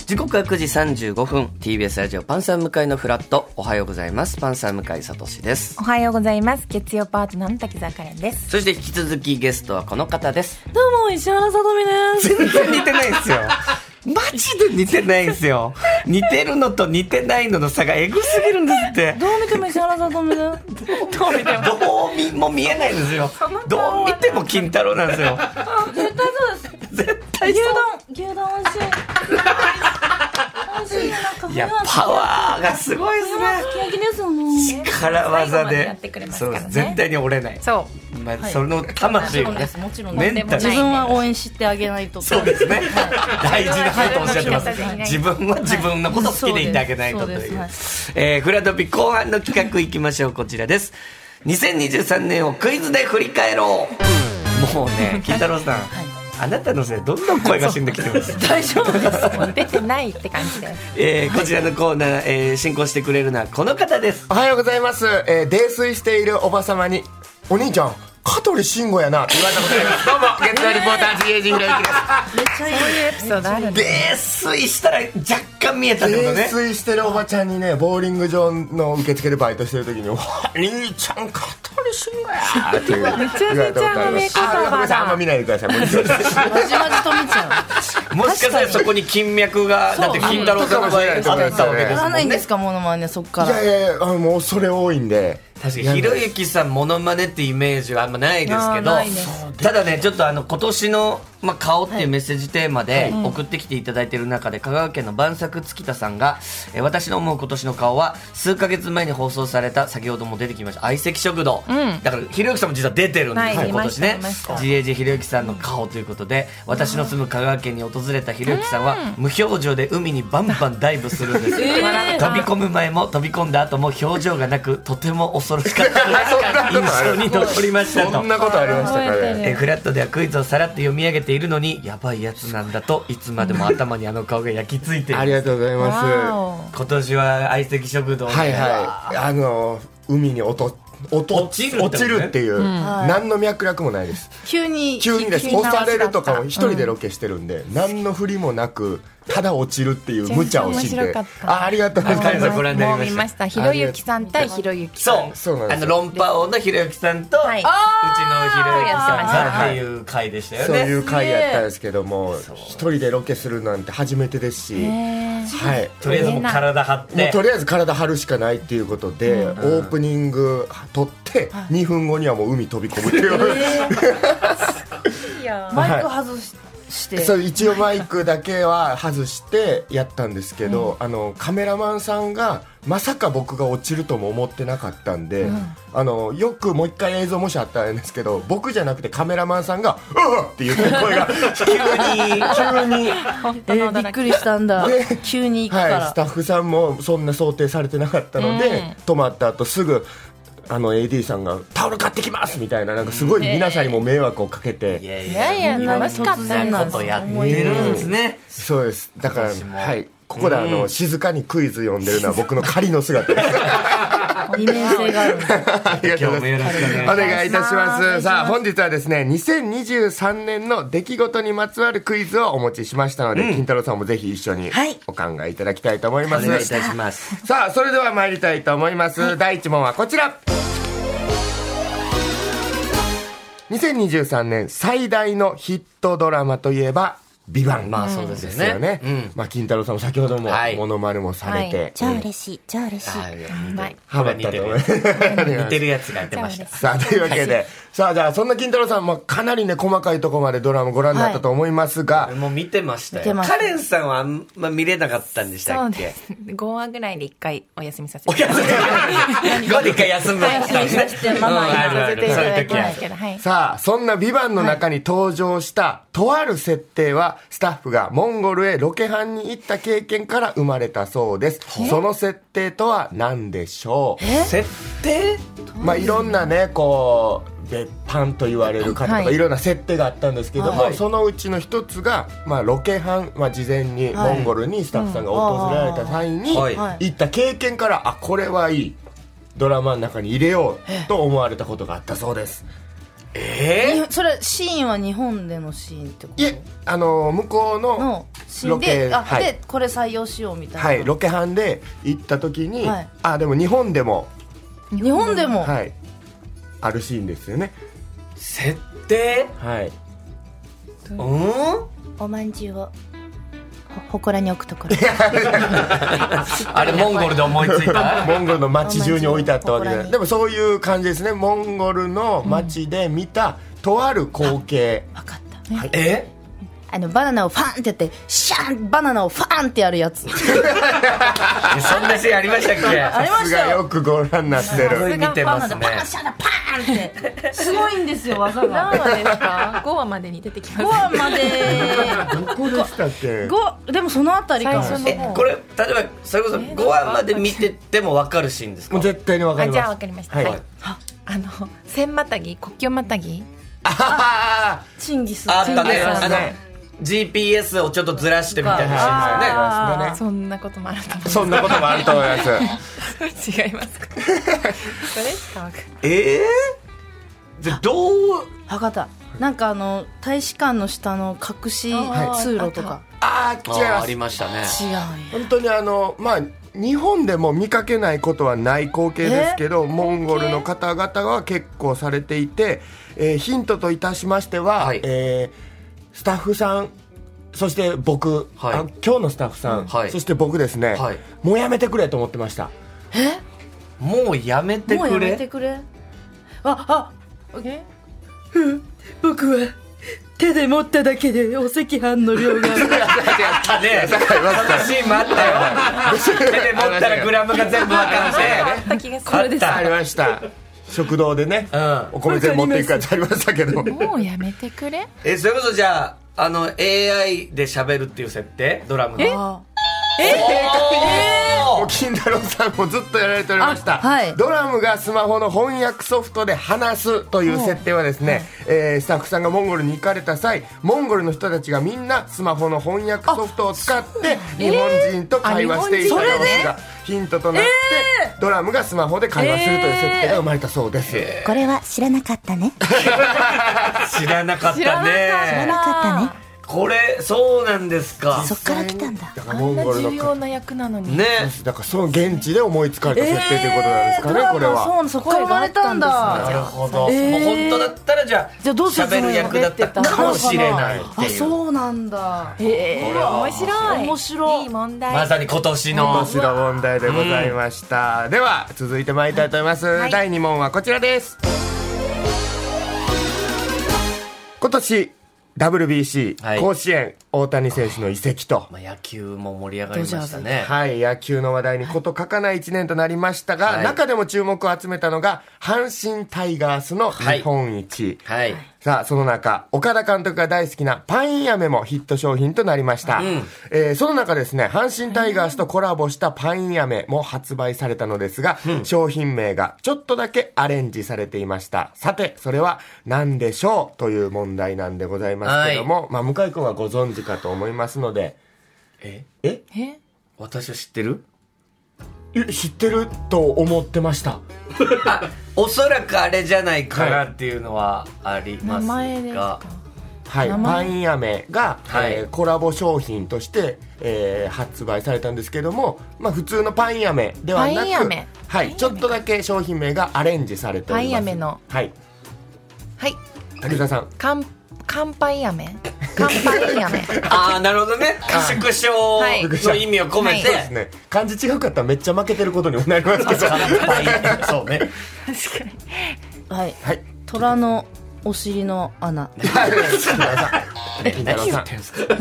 時刻は9時35分 TBS ラジオパンサー向井のフラット。おはようございます。パンサー向井聡です。 おはようございます。月曜パートナーの滝沢カレンです。 そして引き続きゲストはこの方です。 どうも石原さとみです。 全然似てないですよ。マジで似てないですよ。似てるのと似てないのの差がエグすぎるんですって。 どう見ても石原さとみだ。 どうも見えないんですよ。どう見ても金太郎なんですよ。 絶対そうです。 絶対そう。 牛丼美味しい。 いや、パワーがすごいですね。 すき焼きですもん。 力技で、 そう絶対に折れない。 そう、 まあ、その魂がね、 もちろんメンタル、 自分は応援してあげないと。 そうですね。大事なことをおっしゃってます。自分は自分のことを好きでいてあげないとという。フラトピ後半の企画いきましょう。こちらです。2023年をクイズで振り返ろう。もうね、金太郎さん。あなたのせい、どんどん声が死んできてます。 大丈夫です。出てないって感じです。こちらのコーナー、進行してくれるのはこの方です。 おはようございます。泥酔しているおばさまに、お兄ちゃん、香取慎吾やなって言われたことあります。どうも、月曜リポーター GAG ひろゆきです。 めっちゃいいエピソードあるね。 泥酔したら若干見えたってことね。 泥酔してるおばちゃんにね、ボーリング場の受付でバイトしてる時に、お兄ちゃん、香取慎吾やって言われたことあります。 めちゃめちゃ褒め言葉だ。 あんま見ないでください。もうまじまじと見ちゃう。もしかしたらそこに金脈が、だって金太郎さんの場合あったわけですもんね。 やらないんですか、モノマネ、そっから。 いやいや、もうそれ多いんで。 確かにひろゆきさんモノマネってイメージはあんまないですけど、ただね、ちょっと今年の、顔っていうメッセージテーマで送ってきていただいている中で、香川県の晩作月田さんが、私の思う今年の顔は数ヶ月前に放送された、先ほども出てきました相席食堂、だからひろゆきさんも実は出てるんですよ、今年ね。 GAG ひろゆきさんの顔ということで、私の住む香川県に訪れたひろゆきさんは無表情で海にバンバンダイブするんです。飛び込む前も飛び込んだ後も表情がなく、とても恐ろしかった印象に残りましたと。 そんなことありましたかね。 フラットではクイズをさらっと読み上げているのに、やばいやつなんだといつまでも頭にあの顔が焼き付いている。 ありがとうございます。 今年は相席食堂で、 はいはい、海に落ちるっていう、何の脈絡もないです。急にです。押されるとかを一人でロケしてるんで、何の振りもなくただ落ちるっていう無茶をして、ありがとうございます。 ご覧になりました。 もう見ました。ひろゆきさん対ひろゆきさん。 そうなんです。論破王のひろゆきさんと、うちのひろゆきさんっていう回でしたよね。 そういう回やったんですけども、一人でロケするなんて初めてですし、はい、 とりあえずもう体張って、 もうとりあえず体張るしかないっていうことで、オープニング撮って2分後にはもう海飛び込むっていう。 マイク外して、 そう、一応マイクだけは外してやったんですけど、カメラマンさんがまさか僕が落ちるとも思ってなかったんで、よくもう一回映像もしあったらんですけど、僕じゃなくてカメラマンさんが「うわっ!」って言って声が急にびっくりしたんだ。急に行くから、 スタッフさんもそんな想定されてなかったので、止まった後すぐAD さんがタオル買ってきますみたいな、なんかすごい皆さんにも迷惑をかけて、 いや楽しかったんことやってるんですね。 そうです。だから、はい、ここで静かにクイズ読んでるのは僕の仮の姿です。 二面性がある。 ありがとうございます。お願いいたします。さあ、本日はですね、2023年の出来事にまつわるクイズをお持ちしましたので、金太郎さんもぜひ一緒にお考えいただきたいと思います。 お願いいたします。 さあ、それでは参りたいと思います。第1問はこちら。2023年最大のヒットドラマといえばビバン。 まあそうですよね。 金太郎さんも先ほどもモノマネもされて、 超嬉しい、超嬉しい。 ハマったと思います。 似てるやつがやってました。 さあ、というわけで、さあ、じゃあそんな金太郎さん、かなりね、細かいところまでドラマご覧になったと思いますが、 もう見てましたよ。カレンさんはあんま見れなかったんでしたっけ ？5話ぐらいで1回お休みさせて。 5話で1回休んだんですね。 してママにさせていただきますけど。 さあ、そんなビバンの中に登場したとある設定は、スタッフがモンゴルへロケハンに行った経験から生まれたそうです。その設定とは何でしょう？ 設定？ いろんなね、こう別班と言われる方とか、いろんな設定があったんですけども、そのうちの一つが、ロケハン、事前にモンゴルにスタッフさんが訪れられた際に行った経験から、これはいい、ドラマの中に入れようと思われたことがあったそうです。 それシーンは日本でのシーンってこと？ いえ、向こうの新で、でこれ採用しようみたいな。 はい、ロケハンで行った時に、でも日本でも、はい、あるシーンですよね。 設定、 はい、 おまんじゅうを祠に置くところあれモンゴルで思いついたモンゴルの街中に置いてあったわけじゃない。でもそういう感じですね。モンゴルの街で見たとある光景。 分かった、バナナをファンってやってシャン、バナナをファンってやるやつそんなシーンありましたっけ？ ありましたよ。 よくご覧になってる。 すごい見てますね。 パシャラパーンってすごいんですよ、技が。 何話ですか？5話までに出てきます。 5話までどこでしたっけ？ でもそのあたりかも。 これ例えばそれこそ5話まで見てても分かるシーンですか？ もう絶対に分かります。 じゃあ分かりました。はい。千またぎ、国境またぎ。 チンギス。 あったね。GPS をちょっとずらしてみたいなシーンですよね。 そんなこともあると思います。 そんなこともあると思います。 違いますか？それしか分かんない。 じゃどう分かった。なんか大使館の下の隠し通路とか。 違います。 ありましたね。 違う。 本当に日本でも見かけないことはない光景ですけど、モンゴルの方々は結構されていて、ヒントといたしましては、スタッフさん、そして僕、今日のスタッフさん、そして僕ですね、もうやめてくれと思ってました。 もうやめてくれ。 もうやめてくれ。僕は手で持っただけでお赤飯の量がやったね。そのシーンもあったよ。手で持ったらグラムが全部分かってこれです。 ありました。食堂でね、お米全部持っていくやつありましたけど。 もうやめてくれ。 それこそじゃあAI で喋るっていう設定、ドラムの。 金太郎さんもずっとやられておりました、ドラムがスマホの翻訳ソフトで話すという設定はですね、スタッフさんがモンゴルに行かれた際、モンゴルの人たちがみんなスマホの翻訳ソフトを使って日本人と会話していた様子がヒントとなって、ドラムがスマホで会話するという設定が生まれたそうです。 これは知らなかったね。 知らなかったね。 知らなかったね。 これそうなんですか。 そっから来たんだ。 あんな重要な役なのにね。 だからその現地で思いつかれた設定ということなんですかね、これは。 そこから生まれたんだ。 なるほど。もう本当だったらじゃあ喋る役だったかもしれないっていう。 そうなんだ。 面白い。 面白い。 いい問題。 まさに今年の問題でございました。では続いて参りたいと思います。第2問はこちらです。今年WBC、甲子園、大谷選手の移籍と、 野球も盛り上がりましたね。 はい、野球の話題に事欠かない1年となりましたが、中でも注目を集めたのが阪神タイガースの日本一。さあ、その中、岡田監督が大好きなパインアメもヒット商品となりました。その中ですね、阪神タイガースとコラボしたパインアメも発売されたのですが、商品名がちょっとだけアレンジされていました。さて、それは何でしょうという問題なんでございますけども、向井君はご存知かと思いますので。 私は知ってる？ 知ってると思ってました。 おそらくあれじゃないかなっていうのはありますが、 名前ですか？ パインアメが、コラボ商品として、発売されたんですけども、普通のパインアメではなく、ちょっとだけ商品名がアレンジされております。 パインアメの滝沢さん、 乾杯アメ。乾杯アメ。 なるほどね。縮小の意味を込めて、 そうですね。漢字違うかったらめっちゃ負けてることにもなりますけど。 そうね。 確かに。 虎のお尻の穴。 何言ってんすか？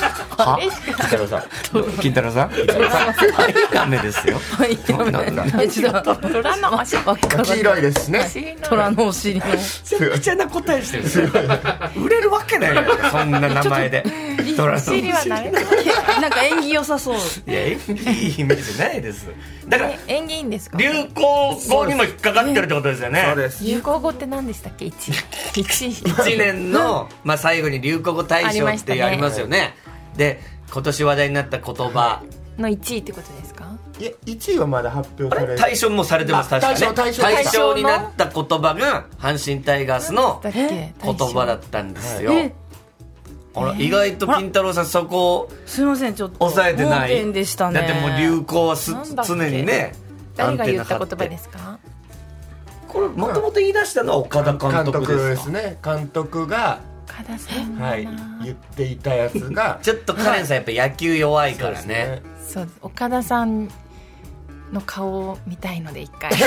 金太郎さん？ダメですよ。 虎のお尻。 黄色いですね。 虎のお尻の。 めちゃくちゃな答えしてる。売れるわけないよ。そんな名前で。 虎のお尻はダメ。 なんか縁起良さそう。 いや、縁起いいイメージないです。だから縁起いいんですか？ 流行語にも引っかかってるってことですよね。 そうです。 流行語って何でしたっけ ？1年の最後に流行語大賞ってありますよね。で、今年話題になった言葉の1位ってことですか？ いや、1位はまだ発表される。 大賞もされてます。確かね。大賞になった言葉が阪神タイガースの言葉だったんですよ。 あら、意外と金太郎さんそこすいません、ちょっと抑えてない。 盲点でしたね。 だってもう流行は常にね。 誰が言った言葉ですか？ これもともと言い出したのは岡田監督ですか？ ね。監督が岡田さん、 はい、言っていたやつがちょっとカレンさんやっぱ野球弱いからね。 そう、岡田さんの顔を見たいので一回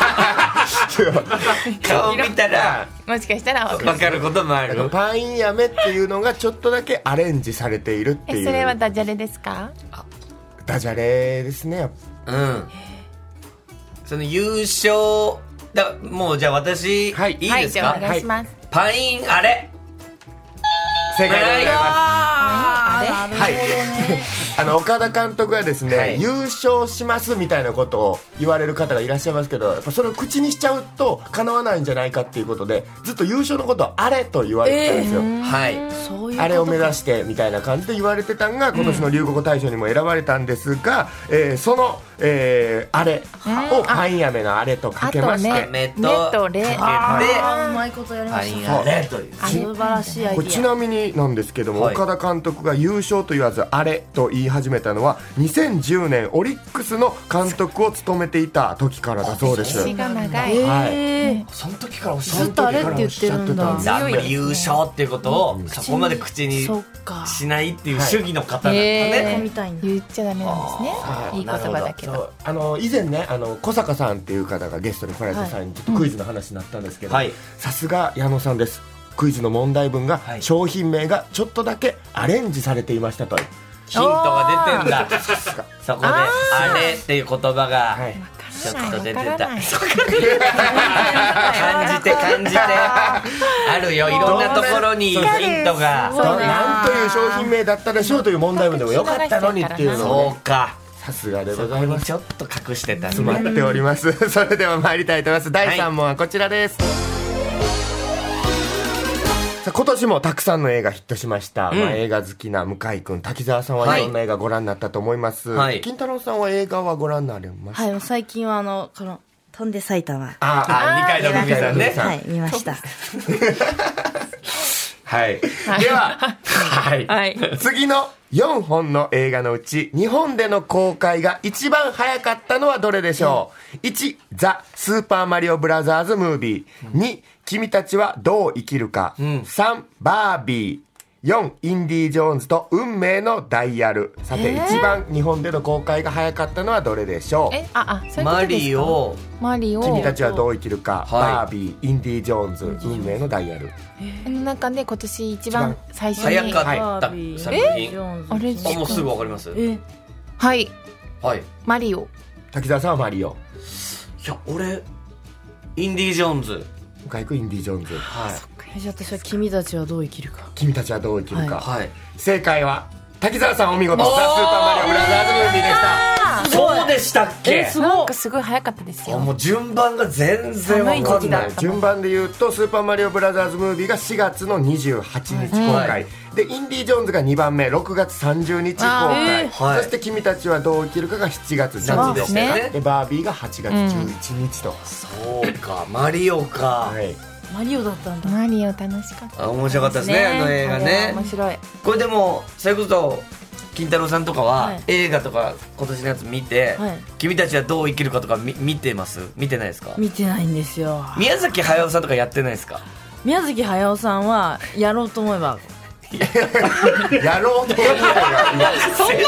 顔見たらもしかしたら分かることもある。 パインやめっていうのがちょっとだけアレンジされているっていう。 それはダジャレですか？ ダジャレですね。 うん。その優勝だ、もうじゃあ私、はい、いいですか？ はい、お願いします。 パインあれ正解でございます。 はい、 岡田監督がですね、 はい、 優勝しますみたいなことを言われる方がいらっしゃいますけど、やっぱそれを口にしちゃうと叶わないんじゃないかっていうことで、ずっと優勝のことをあれと言われてたんですよ。 はい、 あれを目指してみたいな感じで言われてたのが今年の流行語大賞にも選ばれたんですが、その、あれをパイン飴のあれとかけまして、 目とレでうまいことやりました。 パインあれという素晴らしいアイディア。 ちなみになんですけども、はい、岡田監督が優勝と言わずあれと言い始めたのは2010年オリックスの監督を務めていた時からだそうです。 歴史が長い、 はい、 その時からずっとあれって言ってるんだ。 強い優勝っていうことをそこまで口にしないっていう主義の方なんですね。 言っちゃダメなんですね。いい言葉だけど。 以前ね、小坂さんっていう方がゲストに来られた際にちょっとクイズの話になったんですけど、さすが矢野さんです。クイズの問題文が、商品名がちょっとだけアレンジされていましたというヒントが出てんだ。そこであれっていう言葉がちょっと出てた。感じてあるよ、いろんなところにヒントが。 なんという商品名だったでしょうという問題文でもよかったのにっていうのを、 そうか、 さすがでございます。 ちょっと隠してた、 詰まっておりますそれでは参りたいと思います。第3問はこちらです、さあ今年もたくさんの映画ヒットしました、映画好きな向井君、滝沢さんはいろんな映画ご覧になったと思います、金太郎さんは映画はご覧になりました？ はい、最近はこの飛んで埼玉、 二階堂ふみさんね、 はい、見ましたはい、では、次の4本の映画のうち日本での公開が一番早かったのはどれでしょう？1、ザ・スーパーマリオブラザーズムービー、2、君たちはどう生きるか、3、バービー、4、インディ・ジョーンズと運命のダイヤル。さて、一番日本での公開が早かったのはどれでしょう？ マリオ、 君たちはどう生きるか、バービー、インディ・ジョーンズ、運命のダイヤル。 なんかね、今年一番最初に早かった作品、 あれもうすぐわかります？ はい、マリオ。 滝沢さんはマリオ。 いや、俺インディ・ジョーンズ。 向井君インディ・ジョーンズ。 じゃあ私は君たちはどう生きるか。 君たちはどう生きるか、正解は滝沢さんお見事、ザ・スーパーマリオブラザーズムービーでした。 そうでしたっけ？ なんかすごい早かったですよ。 もう順番が全然わかんない。 順番で言うとスーパーマリオブラザーズムービーが4月の28日公開、でインディ・ジョーンズが2番目6月30日公開、そして君たちはどう生きるかが7月14日ですね。でバービーが8月11日と、 そうか、マリオか、 マリオだったんだ。 マリオ楽しかった。 面白かったですね、あの映画ね。 面白い。 これでもそれこそ金太郎さんとかは映画とか今年のやつ見て、君たちはどう生きるかとか見てます？見てないですか？ 見てないんですよ。 宮崎駿さんとかやってないですか？ 宮崎駿さんはやろうと思えばやろうと思えばそんな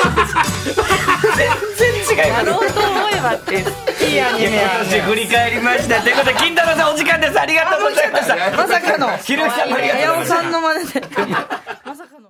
全然違います。 やろうと思えばっていいアニメや。 今年振り返りましたということで、金太郎さんお時間です。ありがとうございました。 まさかのひろゆきさんもありがとうございました。 駿さんの真似でまさかの